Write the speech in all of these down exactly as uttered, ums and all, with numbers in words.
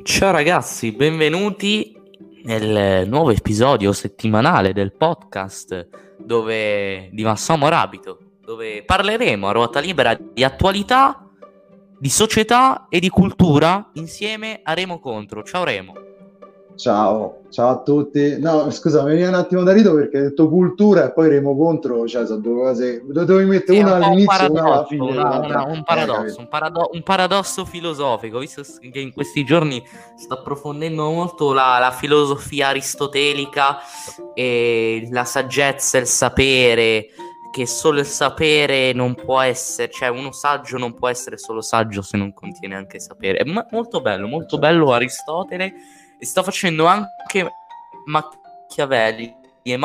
Ciao ragazzi, benvenuti nel nuovo episodio settimanale del podcast dove di Massimo Rabito, dove parleremo a ruota libera di attualità, di società e di cultura insieme a Remo Contro. Ciao Remo. Ciao, ciao a tutti. No, scusa, mi viene un attimo da ridere perché hai detto cultura e poi Remo Contro, cioè sono due cose. Dovevi mettere Sì, una un all'inizio e una alla paradosso, fine. una- una- un paradosso, Eh, un, parado- un paradosso filosofico, visto che in questi giorni sto approfondendo molto la, la filosofia aristotelica e la saggezza, il sapere, che solo il sapere non può essere, cioè uno saggio non può essere solo saggio se non contiene anche sapere. È ma- molto bello, molto certo. bello Aristotele, e sto facendo anche Machiavelli, e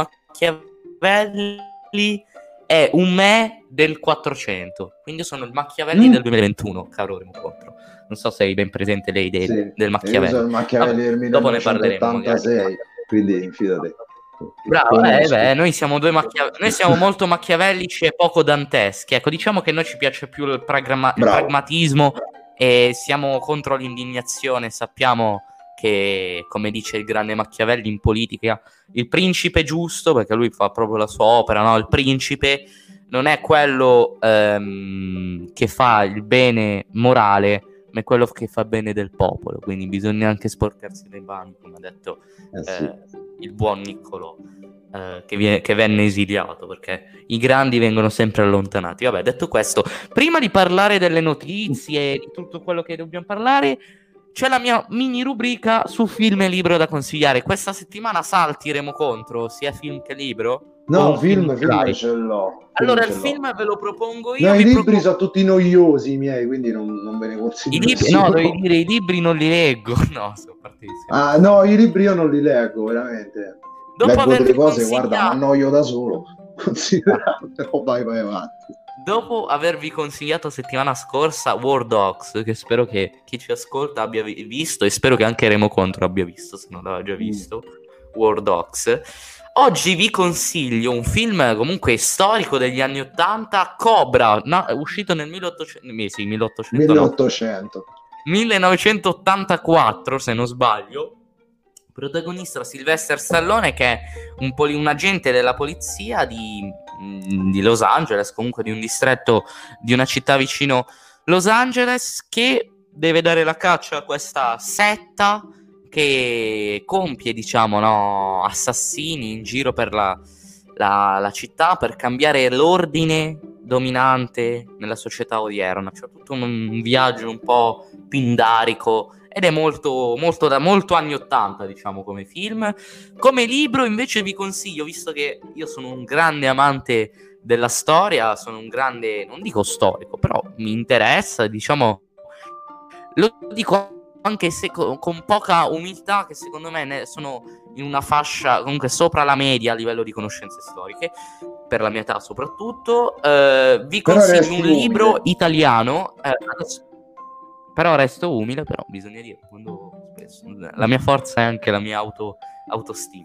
Machiavelli è un me del quattrocento, quindi io sono il Machiavelli Mm. del duemilaventuno, caro Remo Contro. Non so se hai ben presente le idee Sì, del e io Machiavelli. sono il Machiavelli Vabbè, del dopo ne parleremo millenovecentottantasei, magari. quindi fidati. Bravo, eh, Conosco. beh, noi siamo due macchia- noi siamo molto machiavellici e poco danteschi. Ecco, diciamo che a noi ci piace più il, pragma- il Bravo. pragmatismo e siamo contro l'indignazione. Sappiamo che, come dice il grande Machiavelli in politica, il principe giusto, perché lui fa proprio la sua opera, no? Il principe non è quello ehm, che fa il bene morale, ma è quello che fa bene del popolo. Quindi bisogna anche sporcarsi le mani, come ha detto Eh sì. eh, il buon Niccolò, eh, che, viene, che venne esiliato, perché i grandi vengono sempre allontanati. Vabbè, detto questo, prima di parlare delle notizie e di tutto quello che dobbiamo parlare, c'è la mia mini rubrica su film e libro da consigliare. Questa settimana salti Remo Contro, sia film che libro? O No, un film, ce film l'hai? ce l'ho. Allora, Film il ce l'ho. film ve lo propongo io. No, i vi libri propongo- sono tutti noiosi i miei, quindi non, non ve ne I consiglio libri, no, nessuno. devi dire i libri non li leggo. No, sono partiti. Ah, no, i libri io non li leggo, veramente. Dopo Leggo avervi delle cose, guarda, mi consigliato annoio da solo. Considera, però vai, vai avanti. Dopo avervi consigliato settimana scorsa War Dogs, che spero che chi ci ascolta abbia vi- visto, e spero che anche Remo Contro abbia visto, se non l'aveva già visto, War Dogs, oggi vi consiglio un film comunque storico degli anni ottanta, Cobra, no, è uscito nel milleottocento, eh, sì, milleottocento no, milleottocento. millenovecentottantaquattro, se non sbaglio. Protagonista Sylvester Stallone, che è un, poli- un agente della polizia di, di Los Angeles, comunque di un distretto di una città vicino Los Angeles, che deve dare la caccia a questa setta che compie, diciamo, no, assassini in giro per la, la, la città per cambiare l'ordine dominante nella società odierna. C'è tutto un, un viaggio un po' pindarico ed è molto, molto da molto anni ottanta, diciamo, come film. Come libro invece vi consiglio, visto che io sono un grande amante della storia, sono un grande, non dico storico, però mi interessa, diciamo, lo dico anche se con, con poca umiltà, che secondo me ne sono in una fascia comunque sopra la media a livello di conoscenze storiche, per la mia età soprattutto. Eh, vi Però consiglio resti un libro umile. italiano, eh, adesso- però resto umile, però bisogna dire, quando spesso, la mia forza è anche la mia auto, autostima.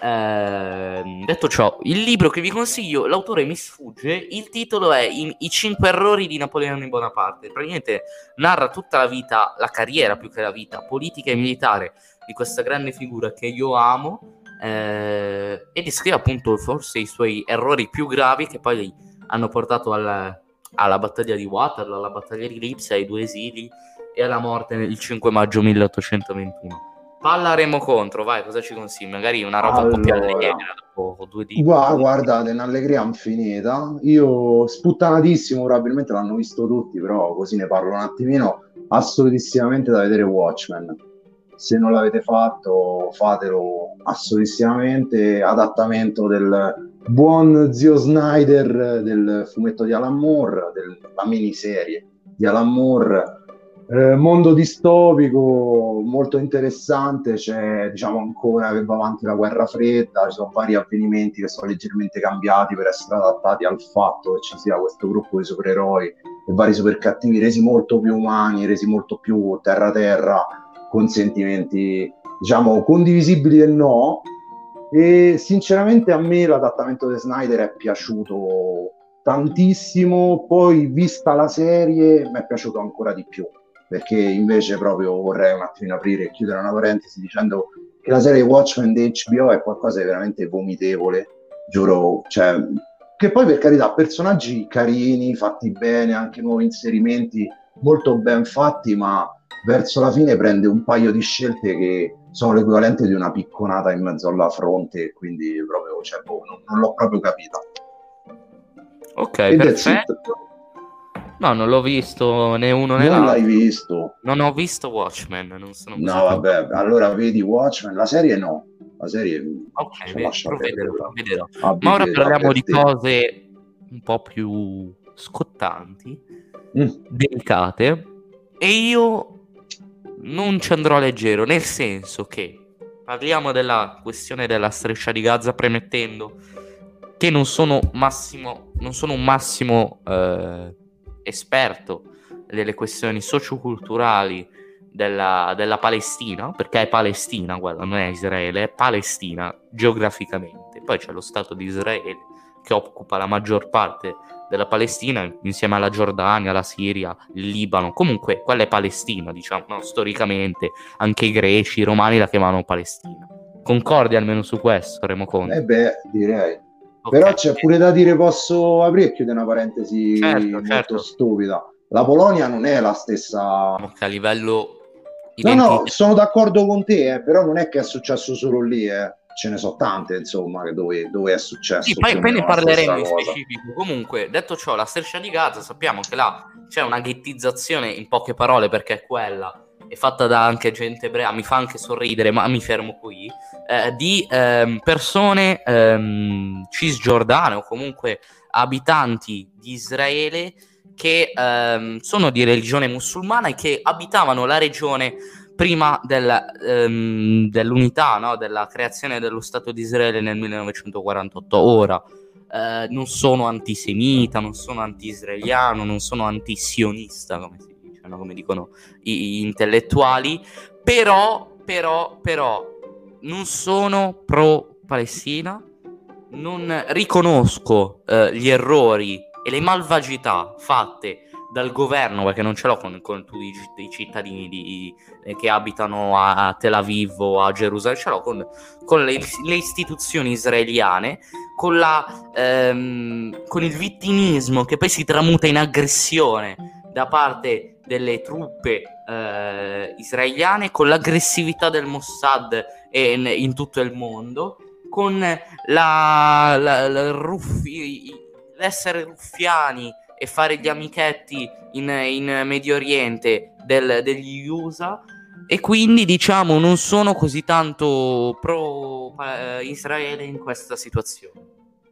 Eh, detto ciò, il libro che vi consiglio, l'autore mi sfugge, il titolo è I, I cinque errori di Napoleone Bonaparte. Praticamente narra tutta la vita, la carriera più che la vita politica e militare di questa grande figura che io amo, eh, e descrive appunto forse i suoi errori più gravi che poi hanno portato alla, alla battaglia di Waterloo, alla battaglia di Lipsia, ai due esili e alla morte il cinque maggio milleottocentoventuno. Palla Remo Contro, vai, cosa ci consigli? Magari una roba un po' più Allora, allegra dopo due di... Gua- guardate, un'allegria infinita. Io sputtanatissimo, probabilmente l'hanno visto tutti, però così ne parlo un attimino. Assolutissimamente da vedere Watchmen. Se non l'avete fatto, fatelo assolutissimamente. Adattamento del buon zio Snyder del fumetto di Alan Moore, della miniserie di Alan Moore. Eh, mondo distopico molto interessante, c'è diciamo ancora che va avanti la guerra fredda, ci sono vari avvenimenti che sono leggermente cambiati per essere adattati al fatto che ci sia questo gruppo di supereroi e vari supercattivi resi molto più umani, resi molto più terra-terra, con sentimenti diciamo condivisibili e no. E sinceramente a me l'adattamento di Snyder è piaciuto tantissimo, poi vista la serie mi è piaciuto ancora di più. perché invece proprio vorrei un attimino aprire e chiudere una parentesi dicendo che la serie Watchmen di H B O è qualcosa di veramente vomitevole, giuro, cioè, che poi per carità, personaggi carini, fatti bene, anche nuovi inserimenti molto ben fatti, ma verso la fine prende un paio di scelte che sono l'equivalente di una picconata in mezzo alla fronte, quindi proprio, cioè, boh, non, non l'ho proprio capita. Ok, E perfetto. No, non l'ho visto né uno né non l'altro. l'hai visto? Non ho visto Watchmen, non sono così No, vabbè, allora vedi Watchmen, la serie no, la serie ok, cioè, beh, lascia perdere, provvederò, vedrò. abbi Ma ora pietà parliamo per di te. cose un po' più scottanti, Mm. delicate, e io non ci andrò leggero, nel senso che parliamo della questione della striscia di Gaza, premettendo che non sono massimo, non sono un massimo eh, esperto delle questioni socioculturali della, della Palestina, perché è Palestina, guarda, non è Israele, è Palestina geograficamente. Poi c'è lo Stato di Israele che occupa la maggior parte della Palestina insieme alla Giordania, la Siria, il Libano. Comunque quella è Palestina, diciamo, no? Storicamente anche i greci, i romani la chiamavano Palestina. Concordi almeno su questo, Remo Conte? Eh beh, direi. Okay. Però c'è pure da dire, posso aprire e chiudere una parentesi certo, molto certo. stupida. La Polonia non è la stessa... A livello No, no, sono d'accordo con te, eh, però non è che è successo solo lì, eh. Ce ne so tante, insomma, dove, dove è successo. Sì, poi, poi ne parleremo in specifico. Comunque, detto ciò, la striscia di Gaza, sappiamo che là c'è una ghettizzazione, in poche parole, perché è quella, è fatta da anche gente ebrea, mi fa anche sorridere, ma mi fermo qui, eh, di ehm, persone ehm, cisgiordane o comunque abitanti di Israele che ehm, sono di religione musulmana e che abitavano la regione prima del, ehm, dell'unità, no? Della creazione dello Stato di Israele nel millenovecentoquarantotto. Ora, eh, non sono antisemita, non sono anti-israeliano, non sono antisionista, come si dice, no? Come dicono i, i intellettuali, però, però, però, non sono pro-Palestina, non riconosco eh, gli errori e le malvagità fatte dal governo, perché non ce l'ho con, con tutti i, i cittadini di, eh, che abitano a, a Tel Aviv o a Gerusalemme, ce l'ho con, con le, le istituzioni israeliane, con, la, ehm, con il vittimismo che poi si tramuta in aggressione da parte delle truppe eh, israeliane, con l'aggressività del Mossad in, in tutto il mondo, con la, la, la ruffi, l'essere ruffiani e fare gli amichetti in, in Medio Oriente del, degli U S A, e quindi diciamo non sono così tanto pro eh, Israele in questa situazione.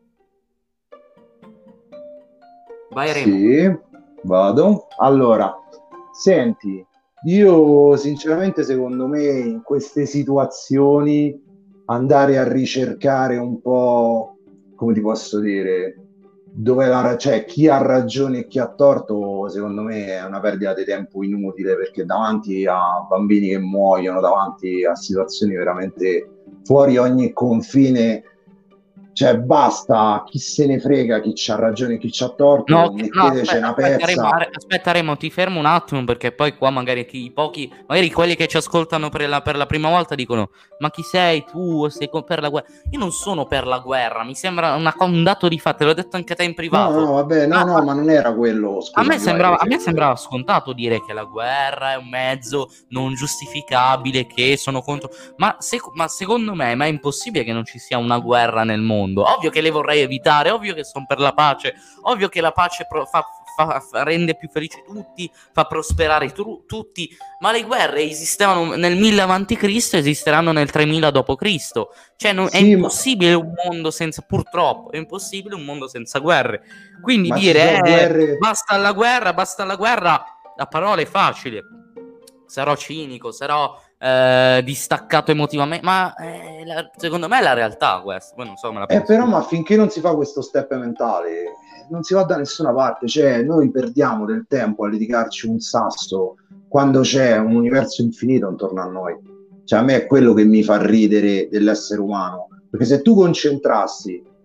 Vai, Remo. Sì, vado. Allora, senti, io sinceramente secondo me in queste situazioni andare a ricercare un po', come ti posso dire, dove la, cioè chi ha ragione e chi ha torto, secondo me è una perdita di tempo inutile, perché davanti a bambini che muoiono, davanti a situazioni veramente fuori ogni confine, cioè basta, chi se ne frega chi c'ha ragione e chi c'ha torto, no, metteteci no, aspetta, una pezza. aspetteremo, ti fermo un attimo, perché poi qua magari chi, i pochi, magari quelli che ci ascoltano per la, per la prima volta dicono: ma chi sei tu? Sei per la guerra? Io non sono per la guerra, mi sembra una, un dato di fatto, l'ho detto anche a te in privato. No, no, vabbè, no, ah, no, ma non era quello. Scusami, a me sembrava, vai, a me sembrava scontato dire che la guerra è un mezzo non giustificabile, che sono contro. Ma, se, ma secondo me ma è impossibile che non ci sia una guerra nel mondo. Ovvio che le vorrei evitare, ovvio che sono per la pace, ovvio che la pace pro- fa, fa, fa, rende più felici tutti, fa prosperare tu, tutti, ma le guerre esistevano nel mille avanti Cristo, esisteranno nel tremila dopo Cristo. Cioè non, sì, è impossibile ma... un mondo senza, purtroppo, è impossibile un mondo senza guerre. Quindi ma dire eh, guerre... basta la guerra, basta la guerra, a parole è facile. Sarò cinico, sarò eh, distaccato emotivamente, ma eh, la, secondo me è la realtà questa. Poi non so come la penso. Eh, però, ma finché non si fa questo step mentale, non si va da nessuna parte. Cioè, noi perdiamo del tempo a litigarci un sasso quando c'è un universo infinito intorno a noi. Cioè, a me è quello che mi fa ridere dell'essere umano. Perché se tu concentrassi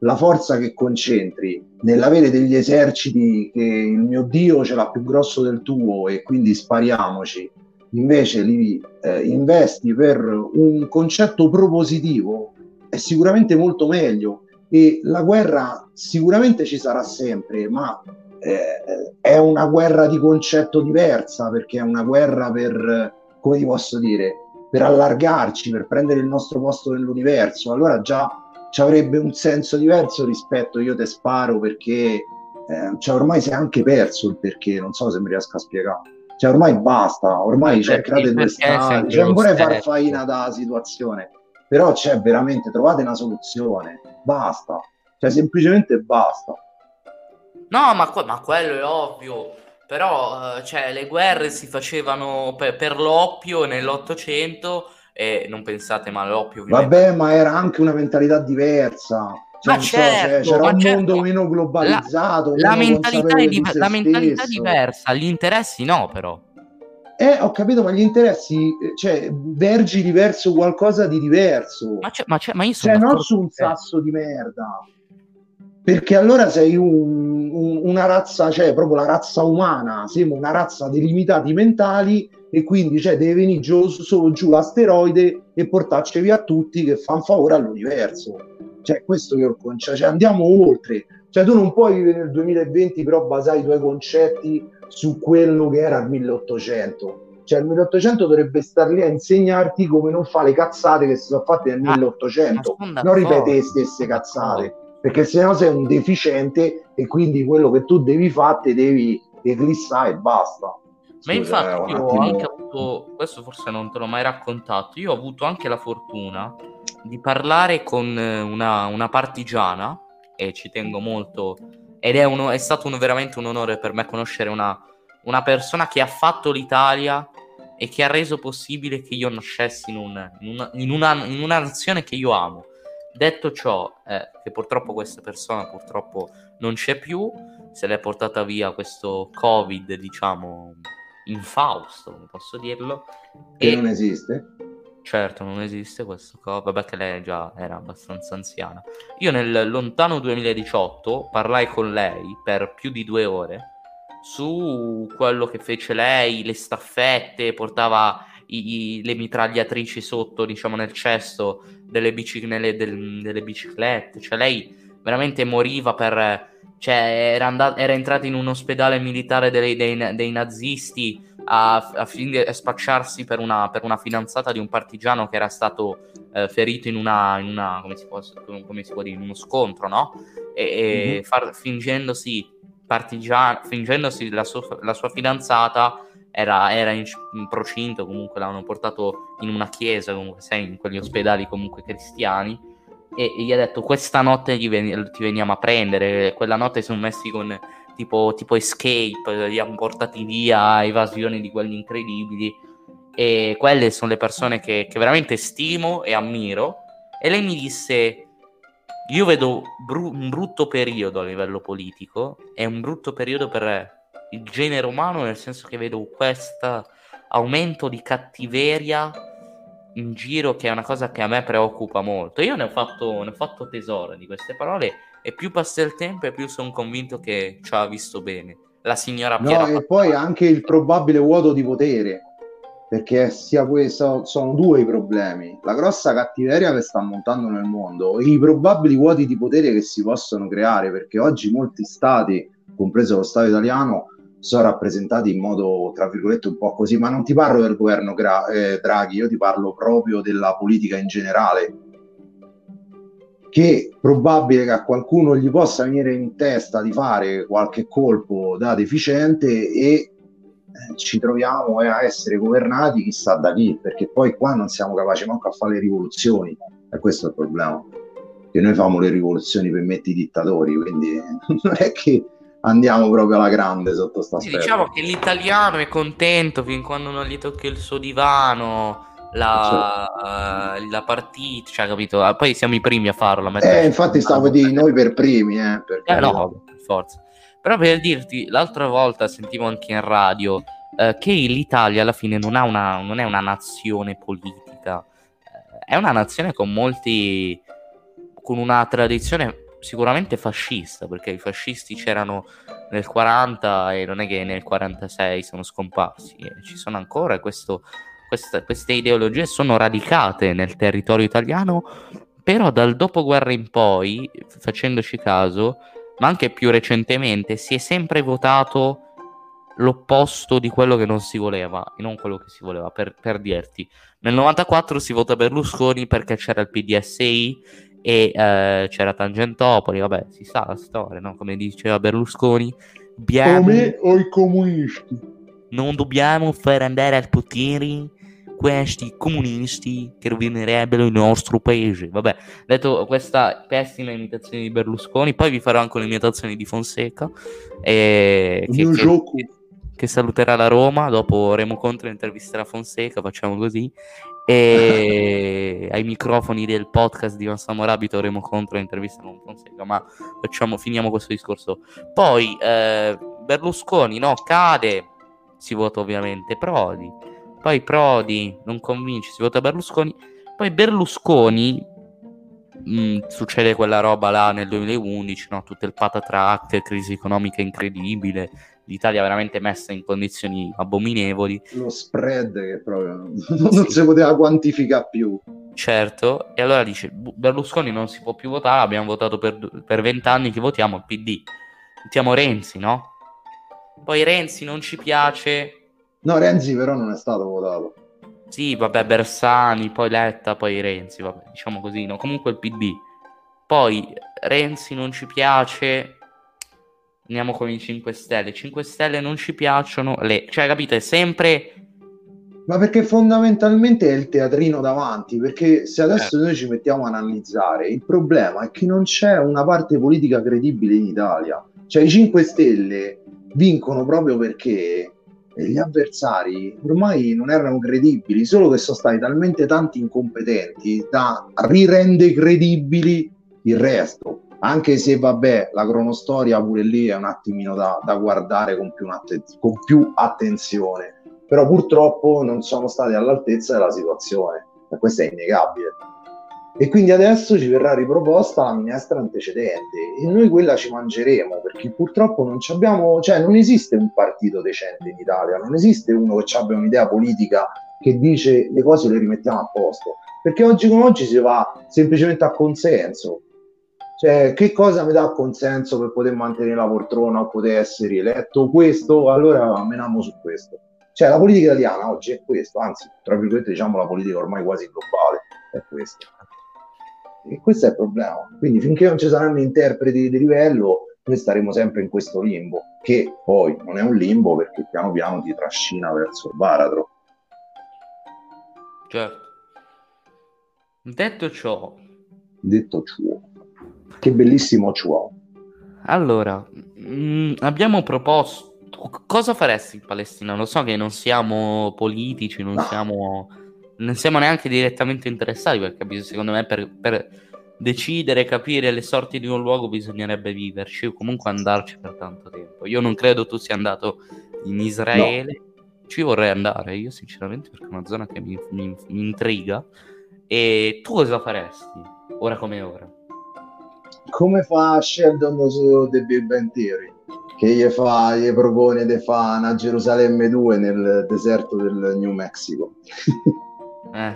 la forza che concentri nell'avere degli eserciti che il mio Dio ce l'ha più grosso del tuo e quindi spariamoci, invece li eh, investi per un concetto propositivo, è sicuramente molto meglio. E la guerra sicuramente ci sarà sempre, ma eh, è una guerra di concetto diversa, perché è una guerra per, come ti posso dire, per allargarci, per prendere il nostro posto nell'universo. Allora già ci avrebbe un senso diverso rispetto io te sparo perché eh, cioè ormai si è anche perso il perché, non so se mi riesco a spiegare. Cioè ormai basta, ormai c'è create due stati, cioè non vorrei far faina dalla situazione, però c'è veramente, trovate una soluzione, basta, cioè semplicemente basta. No, ma, que- ma quello è ovvio, però eh, cioè, le guerre si facevano per, per l'oppio nell'Ottocento e non pensate male, l'oppio ovviamente. Vabbè, ma era anche una mentalità diversa, cioè Ma non so, cioè, certo, c'era ma un mondo certo, meno la, globalizzato, la meno mentalità è, consapevole di div- se la mentalità è stesso. diversa, gli interessi no, però. Eh, ho capito, ma gli interessi, eh, cioè, vergini verso qualcosa di diverso, Ma, c'è- ma, c'è- ma io sono cioè non d'accordo su con un te. sasso di merda, perché allora sei un- un- una razza, cioè proprio la razza umana, siamo una razza di limitati mentali e quindi cioè, deve venire giù, solo giù l'asteroide e portarci via tutti che fanno favore all'universo. Cioè, questo che ho con- cioè, cioè, andiamo oltre. Cioè, tu non puoi vivere nel duemilaventi però basare i tuoi concetti su quello che era il milleottocento. Cioè, il milleottocento dovrebbe star lì a insegnarti come non fare le cazzate che si sono fatte nel Ma, ma milleottocento, sono non ripete d'accordo, le stesse sono d'accordo. cazzate, perché sennò sei un deficiente e quindi quello che tu devi fare te devi eclissare e basta. Ma Scusa, eh, infatti un io ho anche attimo. avuto, questo forse non te l'ho mai raccontato, io ho avuto anche la fortuna di parlare con eh, una, una partigiana, e ci tengo molto, ed è, uno, è stato un- veramente un onore per me conoscere una, una persona che ha fatto l'Italia e che ha reso possibile che io nascessi in, un, in, una, in, una, in una nazione che io amo. Detto ciò, eh, che purtroppo questa persona purtroppo non c'è più, se l'è portata via questo Covid, diciamo, infausto, come posso dirlo. Che E non esiste? certo non esiste questo Covid, vabbè che lei già era abbastanza anziana. Io nel lontano duemiladiciotto parlai con lei per più di due ore su quello che fece lei, le staffette, portava i- i- le mitragliatrici sotto, diciamo, nel cesto delle, bici- nelle- del- delle biciclette, cioè lei veramente moriva per... Cioè, era, andat- era entrata in un ospedale militare dei, dei- dei nazisti a, a fin di a spacciarsi per una, per una fidanzata di un partigiano che era stato eh, ferito in una, in una come si può, come si può dire, in uno scontro, no? E, e Mm-hmm. far, fingendosi partigiano, fingendosi la, sua, la sua fidanzata, era, era in, in procinto, comunque l'hanno portato in una chiesa, comunque sai, in quegli ospedali comunque cristiani, e, e gli ha detto questa notte gli ven- ti veniamo a prendere. Quella notte si sono messi con tipo, tipo escape, li hanno portati via, evasioni di quelli incredibili, e quelle sono le persone che, che veramente stimo e ammiro. E lei mi disse: io vedo bru- un brutto periodo a livello politico, è un brutto periodo per il genere umano, nel senso che vedo questo aumento di cattiveria in giro, che è una cosa che a me preoccupa molto. Io ne ho fatto, ne ho fatto tesoro di queste parole, e più passa il tempo e più sono convinto che ci ha visto bene la signora No, Piera e poi Fazzari. anche il probabile vuoto di potere, perché sia questo, sono due i problemi. La grossa cattiveria che sta montando nel mondo e i probabili vuoti di potere che si possono creare, perché oggi molti stati, compreso lo Stato italiano, sono rappresentati in modo, tra virgolette, un po' così, ma non ti parlo del governo Gra- eh, Draghi, io ti parlo proprio della politica in generale, che è probabile che a qualcuno gli possa venire in testa di fare qualche colpo da deficiente e eh, ci troviamo a essere governati chissà da chi, perché poi qua non siamo capaci manco a fare le rivoluzioni, e questo è il problema, che noi famo le rivoluzioni per mettere i dittatori, quindi non è che andiamo proprio alla grande sotto questo Sì, diciamo aspetto. che l'italiano è contento fin quando non gli tocchi il suo divano, Cioè, la, eh, la partita, cioè, capito? Ah, poi siamo i primi a farlo, a eh, metterci infatti alla stavo a dire bocca. noi per primi, eh, per Eh no, carità. vabbè, per forza. Però per dirti, l'altra volta sentivo anche in radio eh, che l'Italia alla fine non ha una, non è una nazione politica, eh, è una nazione con molti, con una tradizione sicuramente fascista, perché i fascisti c'erano nel quaranta e non è che nel quarantasei sono scomparsi, eh, ci sono ancora, e questo, questa, queste ideologie sono radicate nel territorio italiano, però dal dopoguerra in poi, facendoci caso, ma anche più recentemente, si è sempre votato l'opposto di quello che non si voleva, e non quello che si voleva, per, per dirti. Nel novantaquattro si vota Berlusconi perché c'era il P D S I e eh, c'era Tangentopoli, vabbè, si sa la storia, no? Come diceva Berlusconi, dobbiamo, O me o i comunisti. non dobbiamo far andare al potere questi comunisti che rovinerebbero il nostro paese. Vabbè, detto questa pessima imitazione di Berlusconi, poi vi farò anche un'imitazione di Fonseca, eh, Il che, mio che, gioco. che saluterà la Roma, dopo Remo Contro intervisterà Fonseca, facciamo così, e ai microfoni del podcast di Massimo Rabito Remo Contro intervista con Fonseca, ma facciamo, finiamo questo discorso. Poi eh, Berlusconi, no, cade, si vota ovviamente Prodi, poi Prodi non convince, si vota Berlusconi, poi Berlusconi, mh, succede quella roba là nel duemilaundici, no? Tutto il patatrack, crisi economica incredibile, l'Italia veramente messa in condizioni abominevoli. Lo spread che proprio non si poteva quantificare più. Certo, e allora dice Berlusconi non si può più votare, abbiamo votato per vent'anni, che votiamo il P D, votiamo Renzi, no? Poi Renzi non ci piace. No, Renzi però non è stato votato. Sì, vabbè, Bersani, poi Letta, poi Renzi, vabbè, diciamo così, no? Comunque il P D. Poi Renzi non ci piace, andiamo con i cinque Stelle. cinque Stelle non ci piacciono, le... cioè, capite, sempre... Ma perché fondamentalmente è il teatrino davanti, perché se adesso noi ci mettiamo ad analizzare, il problema è che non c'è una parte politica credibile in Italia. Cioè i cinque Stelle vincono proprio perché gli avversari ormai non erano credibili, solo che sono stati talmente tanti incompetenti da rirendere credibili il resto. Anche se vabbè, la cronostoria pure lì è un attimino da, da guardare con più, con più attenzione. Però purtroppo non sono stati all'altezza della situazione, e questo è innegabile. E quindi adesso ci verrà riproposta la minestra antecedente e noi quella ci mangeremo, perché purtroppo non abbiamo, cioè non esiste un partito decente in Italia, non esiste uno che abbia un'idea politica che dice le cose le rimettiamo a posto, perché oggi come oggi si va semplicemente a consenso. Cioè, che cosa mi dà consenso per poter mantenere la poltrona o poter essere rieletto? Questo, allora meniamo su questo. Cioè la politica italiana oggi è questo, anzi, tra virgolette diciamo la politica ormai quasi globale è questo. E questo è il problema. Quindi finché non ci saranno interpreti di livello, noi staremo sempre in questo limbo, che poi non è un limbo perché piano piano ti trascina verso il baratro. Certo. Detto ciò... Detto ciò. Che bellissimo ciò. Allora, mh, abbiamo proposto... Cosa faresti in Palestina? Lo so che non siamo politici, non No. siamo, non siamo neanche direttamente interessati, perché secondo me per, per decidere, capire le sorti di un luogo bisognerebbe viverci o comunque andarci per tanto tempo. Io non credo tu sia andato in Israele, no. Ci vorrei andare io sinceramente perché è una zona che mi, mi, mi intriga. E tu cosa faresti, ora come ora? Come fa Sheldon su The Big Bang Theory? Che gli, fa, gli propone di fare una Gerusalemme due nel deserto del New Mexico. Eh.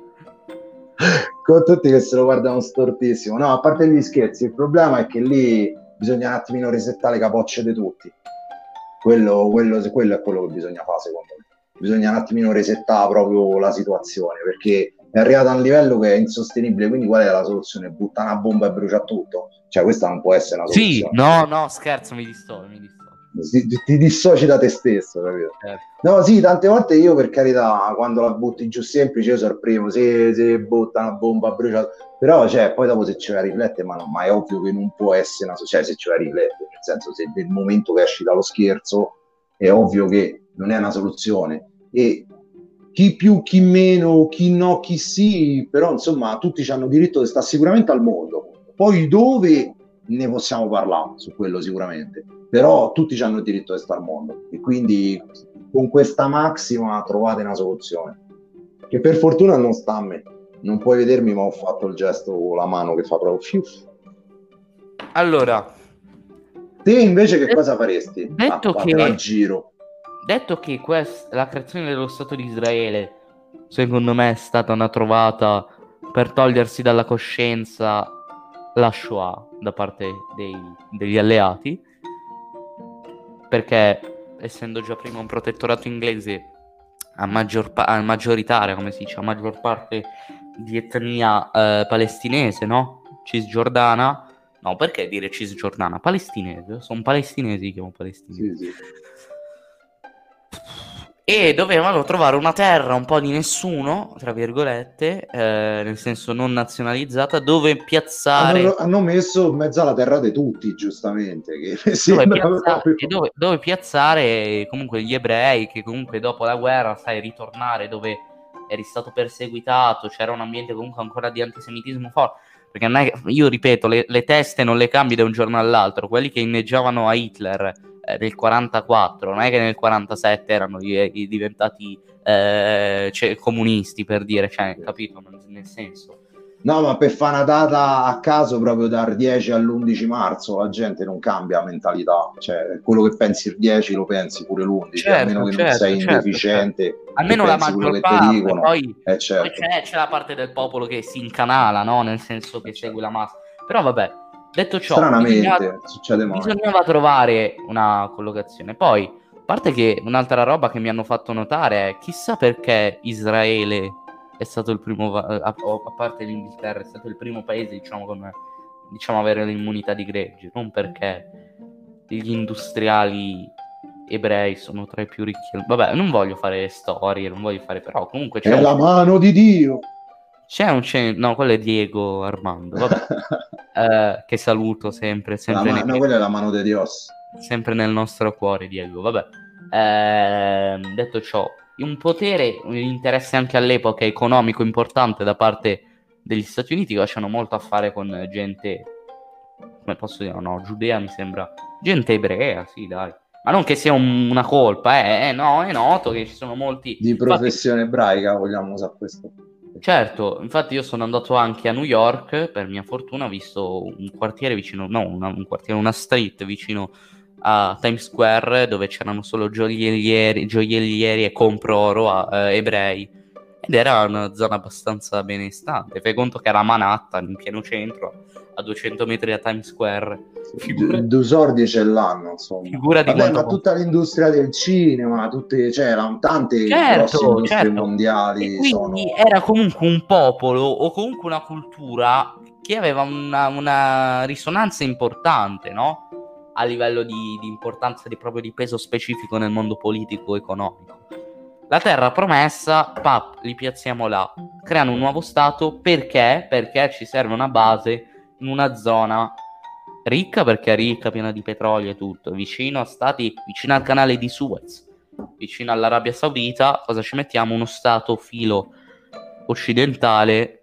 Con tutti che se lo guardano stortissimo. No, a parte gli scherzi, il problema è che lì bisogna un attimino resettare le capocce di tutti. Quello, quello, quello è quello che bisogna fare, secondo me. Bisogna un attimino resettare proprio la situazione, perché è arrivata a un livello che è insostenibile. Quindi qual è la soluzione? Butta una bomba e brucia tutto? Cioè questa non può essere una soluzione. Sì, no, no, scherzo, mi dissocio, mi dissocio. Ti, ti dissoci da te stesso, capito? Certo. No, sì, tante volte io per carità, quando la butti giù semplice, io sono il primo, se, se butta una bomba bruciata, però cioè, poi dopo se ci vai a riflettere, ma, no, ma è ovvio che non può essere una cioè se ci vai a riflettere, nel senso se nel momento che esci dallo scherzo è ovvio che non è una soluzione. E chi più, chi meno, chi no, chi sì, però insomma tutti hanno diritto di stare sicuramente al mondo. Poi dove ne possiamo parlare su quello sicuramente, però tutti hanno il diritto di stare al mondo e quindi con questa massima trovate una soluzione che per fortuna non sta a me, non puoi vedermi ma ho fatto il gesto con la mano che fa proprio fiuff. Allora, Te invece che de- cosa faresti? detto Ah, te la che, giro. detto che quest- la creazione dello Stato di Israele, secondo me, è stata una trovata per togliersi dalla coscienza la Shoah da parte dei- degli alleati, perché essendo già prima un protettorato inglese a, maggior pa- a maggioritaria, come si dice, a maggior parte di etnia eh, palestinese, no? Cisgiordana. No, perché dire cisgiordana? Palestinese, sono palestinesi, chiamo palestinesi. Sì, sì. E dovevano trovare una terra un po' di nessuno, tra virgolette, eh, nel senso non nazionalizzata, dove Hanno, piazzare, hanno messo in mezzo alla terra di tutti, giustamente, che mi dove sembra piazza- proprio... e dove, dove piazzare comunque gli ebrei, che comunque dopo la guerra, sai, ritornare dove eri stato perseguitato, c'era un ambiente comunque ancora di antisemitismo forte. Perché non è che- io ripeto, le, le teste non le cambi da un giorno all'altro. Quelli che inneggiavano a Hitler eh, nel quarantaquattro, non è che nel quarantasette erano i- i diventati eh, cioè, comunisti, per dire, cioè, capito? Non- Nel senso. No, ma per fare una data a caso proprio dal dieci all'undici marzo la gente non cambia mentalità, cioè quello che pensi il dieci lo pensi pure l'undici, a meno Certo, che non certo, sei certo, certo. indeficiente e Almeno la pensi quello maggior che ti parte, dicono, poi, è poi certo, c'è, c'è la parte del popolo che si incanala, no? Nel senso è che segue certo. la massa. Però vabbè, detto ciò, bisognava, Stranamente succede mai. bisognava trovare una collocazione. Poi, a parte che un'altra roba che mi hanno fatto notare è chissà perché Israele è stato il primo, va- a, a parte l'Inghilterra, è stato il primo paese, diciamo, con, diciamo, avere l'immunità di gregge, non perché gli industriali ebrei sono tra i più ricchi. Vabbè, non voglio fare storie, non voglio fare, però comunque c'è È un la mano di Dio. c'è un c'è- no, quello è Diego Armando, vabbè. Eh, che saluto sempre, La sempre, nei- mano, quella è la mano di Dios. sempre nel nostro cuore, Diego, vabbè. Ehm, detto ciò, un potere, un interesse anche all'epoca economico importante da parte degli Stati Uniti che facevano molto a fare con gente, come posso dire, no, giudea mi sembra, gente ebrea, sì, dai. Ma non che sia un- una colpa, eh, eh, no, è noto che ci sono molti. Di Infatti, professione ebraica vogliamo usare questo. certo, infatti io sono andato anche a New York, per mia fortuna, ho visto un quartiere vicino, no, una, un quartiere, una street vicino a Times Square dove c'erano solo gioiellieri, gioiellieri e compro-oro a, eh, ebrei. Ed era una zona abbastanza benestante. Fai conto che era Manhattan, in pieno centro, a duecento metri da Times Square. D- Figura, due sordi ce l'hanno, insomma. figura di Vabbè, quanto ma posso. tutta l'industria del cinema, tutte, c'erano tante grosse Certo, industrie certo. E mondiali, quindi sono... era comunque un popolo o comunque una cultura che aveva una, una risonanza importante, no? A livello di, di importanza di proprio di peso specifico nel mondo politico-economico. La terra promessa, pap, li piazziamo là. Creano un nuovo stato perché? Perché ci serve una base in una zona ricca, perché è ricca, piena di petrolio e tutto, vicino a stati, vicino al canale di Suez, vicino all'Arabia Saudita. Cosa ci mettiamo? Uno stato filo occidentale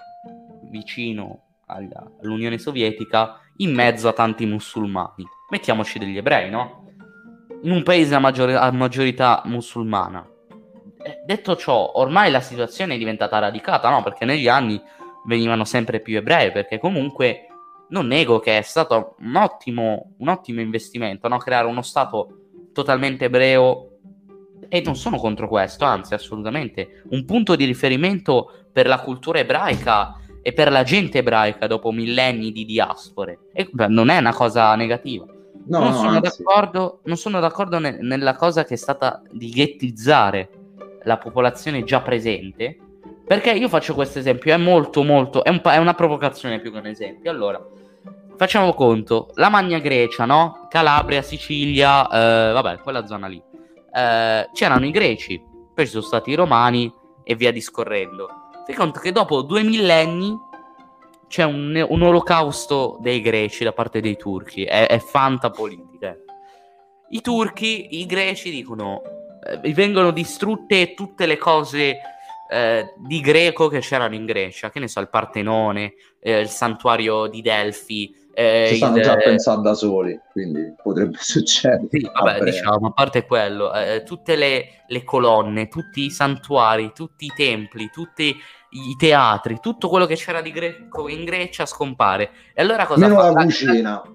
vicino alla- all'Unione Sovietica, in mezzo a tanti musulmani. Mettiamoci degli ebrei, no? In un paese a, maggior- a maggiorità musulmana. Eh, detto ciò, ormai la situazione è diventata radicata, no? Perché negli anni venivano sempre più ebrei, perché comunque non nego che è stato un ottimo, un ottimo investimento, no? Creare uno stato totalmente ebreo. E non sono contro questo, anzi, assolutamente. Un punto di riferimento per la cultura ebraica e per la gente ebraica dopo millenni di diaspore. E beh, non è una cosa negativa. No, Non no, sono anzi, d'accordo, non sono d'accordo ne- nella cosa che è stata di ghettizzare la popolazione già presente, perché io faccio questo esempio, è molto molto, è, un pa- è una provocazione più che un esempio. Allora, facciamo conto, la Magna Grecia, no? Calabria, Sicilia, eh, vabbè, quella zona lì. Eh, c'erano i greci, poi ci sono stati i romani e via discorrendo. Fai conto che dopo due millenni c'è un, un olocausto dei greci da parte dei turchi, è, è fantapolitica. eh. I turchi, i greci dicono, eh, vengono distrutte tutte le cose eh, di greco che c'erano in Grecia, che ne so, il Partenone, eh, il santuario di Delfi, ci eh, il, stanno già a pensare da soli, quindi potrebbe succedere sì, a vabbè, breve. diciamo, a parte quello, eh, tutte le, le colonne, tutti i santuari, tutti i templi, tutti i teatri, tutto quello che c'era di greco in Grecia scompare. E allora cosa Meno fa? la La, cucina.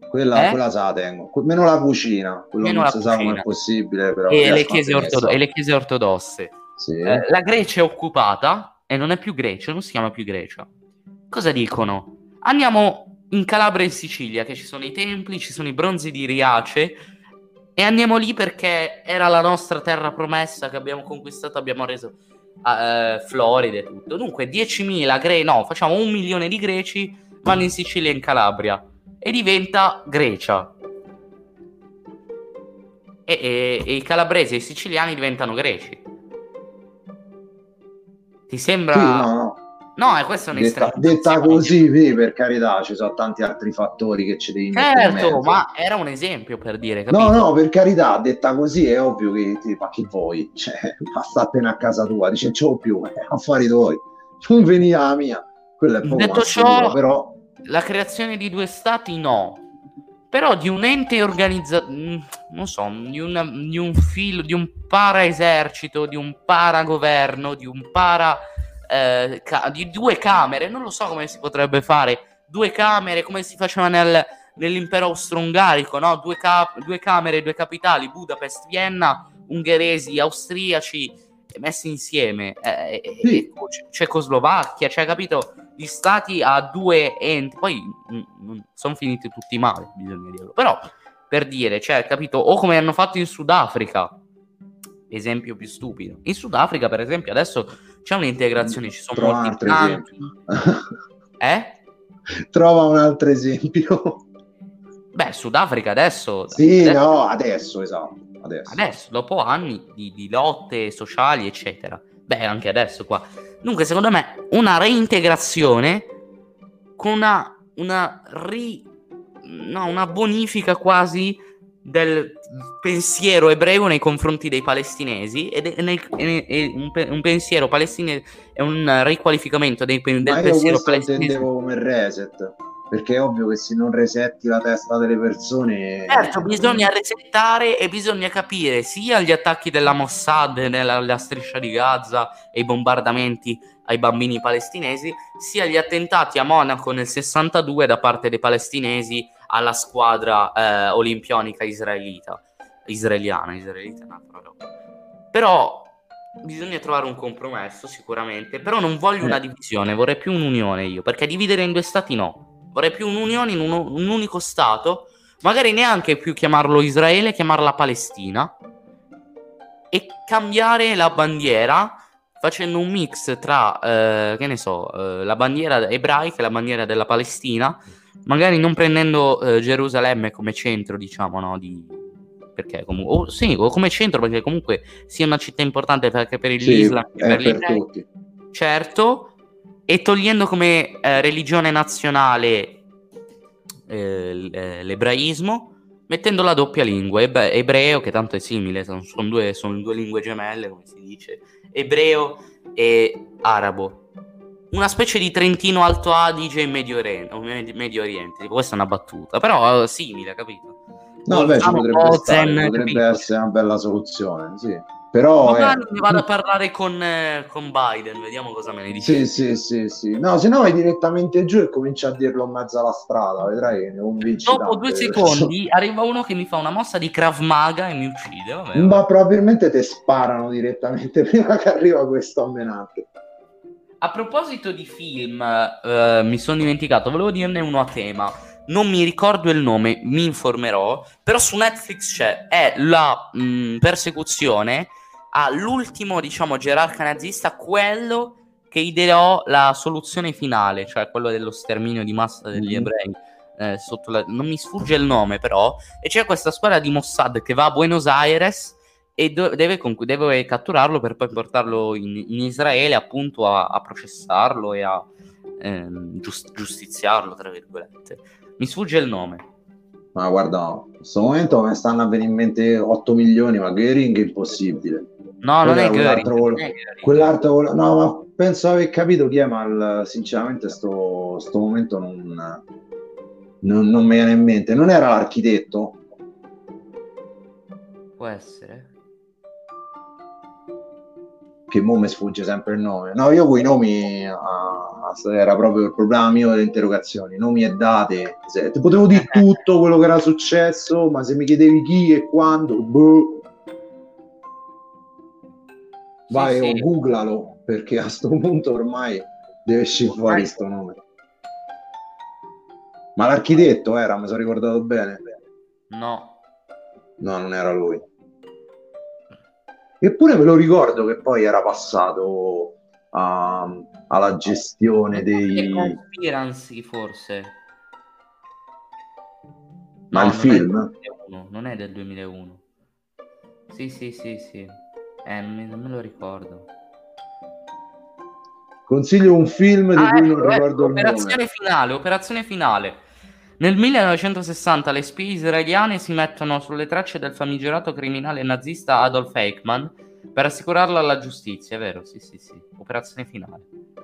Quella, Eh? quella se la tengo. Que- Meno la cucina, quello Meno non la si sa come è cucina. possibile, però E le riesco a chiese, tenere ortodo- e sta. le chiese ortodosse. Sì. Eh, la Grecia è occupata e non è più Grecia, non si chiama più Grecia. Cosa dicono? Andiamo in Calabria e in Sicilia, che ci sono i templi, ci sono i bronzi di Riace, e andiamo lì perché era la nostra terra promessa che abbiamo conquistato, abbiamo reso eh, Florida e tutto. Dunque diecimila greci, no, facciamo un milione di greci vanno in Sicilia e in Calabria e diventa Grecia. E, e- e i calabresi e i siciliani diventano greci. Ti Sì, sembra... no, no. No, è questa è Detta, detta un'estremizzazione. così, sì, per carità, ci sono tanti altri fattori che ci devi mettere in Certo, mezzo. ma era un esempio per dire, No, capito? no, per carità, detta così è ovvio che ti fa chi vuoi, cioè, ma statene a casa tua, dice, c'ho più, eh, affari tuoi, non venire alla mia, quello è poco ma Detto sicuro, ciò, però, la creazione di due stati no. Però di un ente organizzato, non so, di, una, di un filo, di un para esercito, di un para governo, di un para eh, ca- di due camere, non lo so come si potrebbe fare, due camere come si faceva nel, nell'impero austro-ungarico, no? Due, cap- due camere, due capitali, Budapest, Vienna, ungheresi, austriaci messi insieme, eh, e- e sì, Cecoslovacchia, cioè capito? Gli stati a due enti, poi sono finiti tutti male, bisogna dirlo, però per dire, cioè capito? O come hanno fatto in Sudafrica, esempio più stupido. In Sudafrica, per esempio, adesso c'è un'integrazione, ci sono trova un molti altro esempio, bianchi. Eh? trova un altro esempio, Beh, Sudafrica adesso, sì, adesso, no, adesso, esatto, adesso, adesso, dopo anni di, di lotte sociali, eccetera. Beh, anche adesso qua. Dunque, secondo me, una reintegrazione con una, una, ri, no, una bonifica quasi del pensiero ebreo nei confronti dei palestinesi ed è, nel, è, è un, un pensiero palestinese è un riqualificamento dei, ma del io pensiero questo lo palestinese. intendevo come reset, perché è ovvio che se non resetti la testa delle persone, Certo, non... bisogna resettare e bisogna capire sia gli attacchi della Mossad nella, nella striscia di Gaza e i bombardamenti ai bambini palestinesi, sia gli attentati a Monaco nel sessantadue da parte dei palestinesi alla squadra eh, olimpionica israelita, israeliana, israelita, no, però. Però bisogna trovare un compromesso sicuramente, però non voglio una Eh, divisione, vorrei più un'unione io, perché dividere in due stati no, vorrei più un'unione in uno, un unico stato. Magari neanche più chiamarlo Israele, chiamarla Palestina e cambiare la bandiera facendo un mix tra, eh, che ne so, eh, la bandiera ebraica e la bandiera della Palestina, magari non prendendo eh, Gerusalemme come centro, diciamo, no, di... perché comunque, o, sì, o come centro perché comunque sia una città importante perché per sì, l'Islam che è per gli per ebrei, tutti. certo, e togliendo come eh, religione nazionale eh, eh, l'ebraismo, mettendo la doppia lingua, eb- ebreo, che tanto è simile, sono, sono due, sono due lingue gemelle, come si dice, ebreo e arabo. Una specie di Trentino Alto Adige in Medio Oriente, o Med- Medio Oriente, tipo, questa è una battuta, però eh, simile, capito? No, beh, ci Bolzano potrebbe stare, Bozen, potrebbe capito? essere una bella soluzione, sì. Però è... Domani ne vado a parlare con, eh, con Biden, vediamo cosa me ne Sì, dice. sì, sì, sì. No, se no vai direttamente giù e cominci a dirlo in mezzo alla strada, vedrai che ne convinci Dopo due tante le persone. secondi arriva uno che mi fa una mossa di Krav Maga e mi uccide, vabbè, vabbè. Ma probabilmente te sparano direttamente prima che arriva questo ammenante. A proposito di film, eh, mi sono dimenticato, volevo dirne uno a tema. Non mi ricordo il nome, mi informerò. Però su Netflix c'è. È la mh, persecuzione all'ultimo, diciamo, gerarca nazista, quello che ideò la soluzione finale, cioè quello dello sterminio di massa degli Mhm. ebrei. Eh, sotto la... Non mi sfugge il nome, però. E c'è questa squadra di Mossad che va a Buenos Aires e do- deve, conqu- deve catturarlo per poi portarlo in, in Israele appunto a, a processarlo e a ehm, giust- giustiziarlo, tra virgolette. Mi sfugge il nome. Ma guarda, in questo momento mi stanno a venire in mente otto milioni, ma Göring è impossibile. No, Poi non è c'era Göring, quell'altro non volo, è Göring. quell'altro volo, no, ma penso aver capito chi è, ma il- sinceramente sto, sto momento non, non, non mi viene in mente. Non era l'architetto? Può essere. Che mo mi sfugge sempre il nome. No, io quei nomi a, era proprio il problema mio delle interrogazioni, nomi e date. Se, ti potevo dire tutto quello che era successo, ma se mi chiedevi chi e quando, boh. Vai sì, o sì. googlalo, perché a sto punto ormai deve uscire fuori sto nome. Ma l'architetto era, mi sono ricordato bene? No. No, non era lui. Eppure me lo ricordo che poi era passato a- alla gestione E dei... Conspiracy forse. Ma No, il non è del film? duemilauno, non è del duemilauno. Sì, sì, sì, sì. Eh, non, mi- non me lo ricordo. Consiglio un film di Ah, cui non ecco, ecco, ricordo il nome. operazione finale, operazione finale. Nel millenovecentosessanta le spie israeliane si mettono sulle tracce del famigerato criminale nazista Adolf Eichmann per assicurarlo alla giustizia, è vero? Sì, sì, sì. Operazione finale.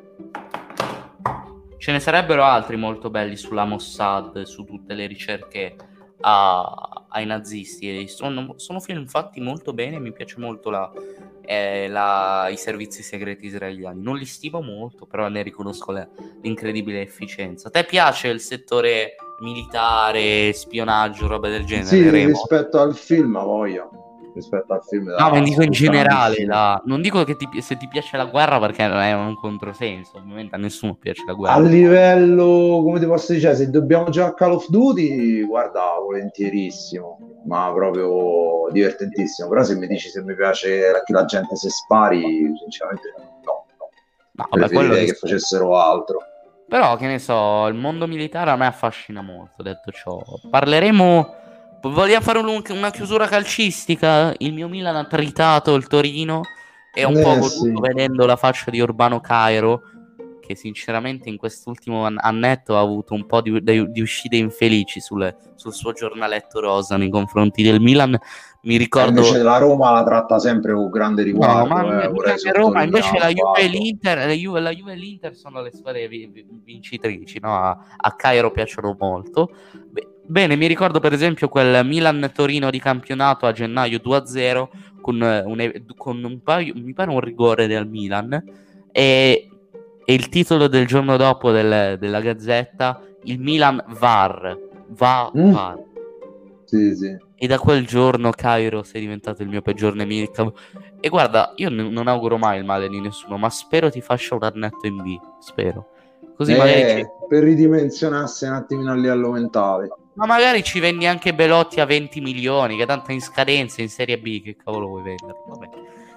Ce ne sarebbero altri molto belli sulla Mossad, su tutte le ricerche a- ai nazisti. E sono, sono film fatti molto bene, mi piace molto la, eh, la- i servizi segreti israeliani. Non li stimo molto, però ne riconosco la- l'incredibile efficienza. A te piace il settore militare, spionaggio, roba del genere, Sì, Remo? rispetto al film, a voglia. Rispetto al film No, ma da dico in generale, sputtanatissimo. la- non dico che ti pi- se ti piace la guerra perché è un controsenso, ovviamente a nessuno piace la A guerra. livello, come ti posso dire, se dobbiamo giocare a Call of Duty, guarda, volentierissimo, ma proprio divertentissimo. Però se mi dici se mi piace che la gente se spari, sinceramente no, no. No, vabbè, quello Preferirei di che sicuro. facessero altro. Però, che ne so, il mondo militare a me affascina molto, detto ciò. Parleremo... Vogliamo fare un- una chiusura calcistica? Il mio Milan ha tritato il Torino e un po' Eh goduto sì. vedendo la faccia di Urbano Cairo, che sinceramente in quest'ultimo an- annetto ha avuto un po' di, di- di uscite infelici sul, sul suo giornaletto rosa nei confronti del Milan. Mi E ricordo... invece la Roma la tratta sempre con grande No, ma riguardo, eh, mica vorrei che Roma, invece sottolineare il la Juve e fatto. l'Inter, la Juve, la Juve e l'Inter sono le squadre vi- vi- vincitrici, no? A, a Cairo piacciono molto. Be- Bene, mi ricordo per esempio quel Milan-Torino di campionato a gennaio due a zero con, eh, un, e- con un paio, mi pare un rigore del Milan e, e il titolo del giorno dopo del- della Gazzetta, il Milan V A R, va Mm? V A R. Sì, sì. E da quel giorno Cairo sei diventato il mio peggior nemico. E guarda, io n- non auguro mai il male di nessuno, ma spero ti faccia un annetto in B. Spero. Così magari ci, Eh, per ridimensionarsi un attimino a livello mentale. ma magari ci vendi anche Belotti a venti milioni, che tanto è in scadenza in Serie B. Che cavolo vuoi vendere? Vabbè.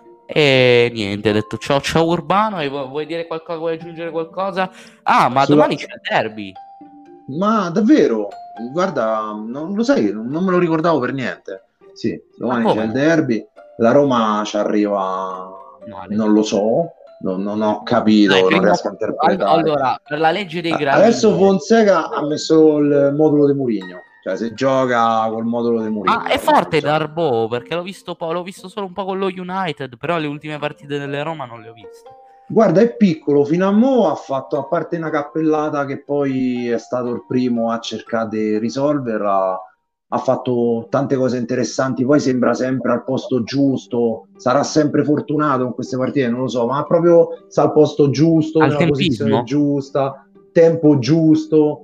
E niente, ho detto ciao, ciao Urbano. E vu- vuoi dire qualcosa? Vuoi aggiungere qualcosa? Ah, ma Sulla... domani c'è il derby. Ma davvero? Guarda, non lo sai, non, non me lo ricordavo per niente. Sì, Ma domani c'è come il no? derby. La Roma ci arriva, Male. non lo so, non, non ho Dai, capito, non prima... riesco a all- interpretare. Allora, per la legge dei A- Adesso grandini. Fonseca ha messo il modulo di Mourinho, cioè se gioca col modulo di Ah, Mourinho, è ha detto, forte insomma. Darboe perché l'ho visto, po- l'ho visto solo un po' con lo United, però le ultime partite delle Roma non le ho viste. Guarda, è piccolo, fino a mo' ha fatto, a parte una cappellata che poi è stato il primo a cercare di risolverla, ha fatto tante cose interessanti, poi sembra sempre al posto giusto, sarà sempre fortunato in queste partite, non lo so, ma proprio sta al posto giusto, Al nella posizione tempismo? giusta, tempo giusto.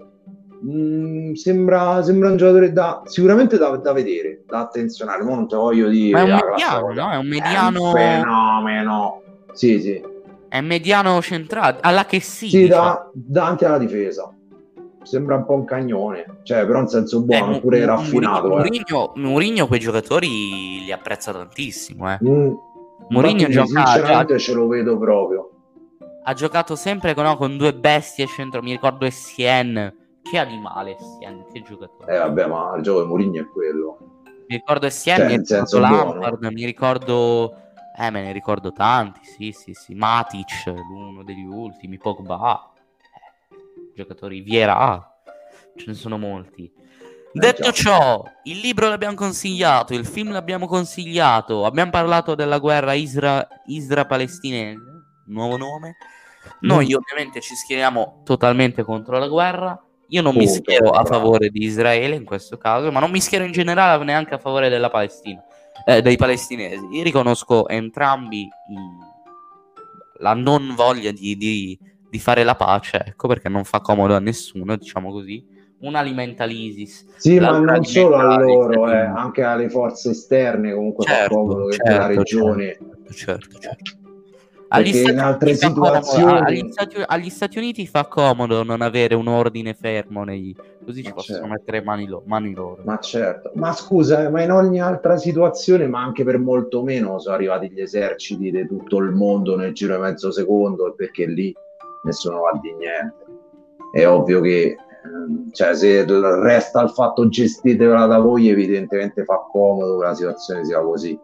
Mm, sembra, sembra un giocatore da, sicuramente da, da vedere, da attenzionare. Mo non te voglio Ma è dire un la classica mediano, cosa, no? È un è un mediano. fenomeno. Sì, sì. È un mediano centrale. Alla che sì, Sì, diciamo. da, davanti alla difesa. Sembra un po' un cagnone, cioè, però in senso Eh, buono, Mu- pure Mu- Muri- raffinato, eh. Mourinho, Mourinho quei giocatori li apprezza tantissimo, eh. Mm. Mourinho Infatti, gioca, gio- sinceramente, ce lo vedo proprio. ha giocato sempre con, no, con due bestie centro. Mi ricordo Essien. Che animale Essien, che giocatore. Eh, vabbè, ma il gioco di Mourinho è quello. Mi ricordo Essien, Cioè, mi in ricordo senso buono. Lampard, mi ricordo... Eh, me ne ricordo tanti, sì, sì, sì. Matic, uno degli ultimi, Pogba, eh, giocatori, Vieira, ce ne sono molti. Eh, Detto già. ciò, il libro l'abbiamo consigliato, il film l'abbiamo consigliato, abbiamo parlato della guerra isra- isra-palestinese, nuovo nome. Mm. Noi ovviamente ci schieriamo totalmente contro la guerra. Io non mi schiero Punto, a bravo. favore di Israele in questo caso, ma non mi schiero in generale neanche a favore della Palestina, eh, dei palestinesi. Io riconosco entrambi i- la non voglia di, di- di fare la pace, ecco, perché non fa comodo a nessuno, diciamo così. Una alimenta l'ISIS, Sì, ma l'altra non solo a alimenta gli loro, Stati eh, Uniti. anche alle forze esterne comunque fa Certo, comodo che quella certo, regione, certo, certo, certo. Agli perché in Stati altre Uniti fa comodo, a- agli situazioni, Stati, agli Stati Uniti fa comodo non avere un ordine fermo, nei, così ci ma possono certo, mettere mani, lo- mani loro. ma certo, ma scusa, eh, ma in ogni altra situazione, ma anche per molto meno, sono arrivati gli eserciti di tutto il mondo nel giro di mezzo secondo, e perché lì nessuno va di niente. È ovvio che, ehm, cioè, se l- resta il fatto gestitevela da voi, evidentemente fa comodo che la situazione sia così.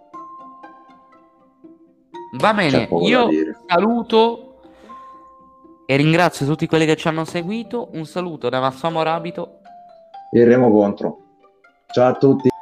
Va C'è bene, poco da io dire. saluto e ringrazio tutti quelli che ci hanno seguito. Un saluto da Massimo Morabito. Il remo contro. Ciao a tutti.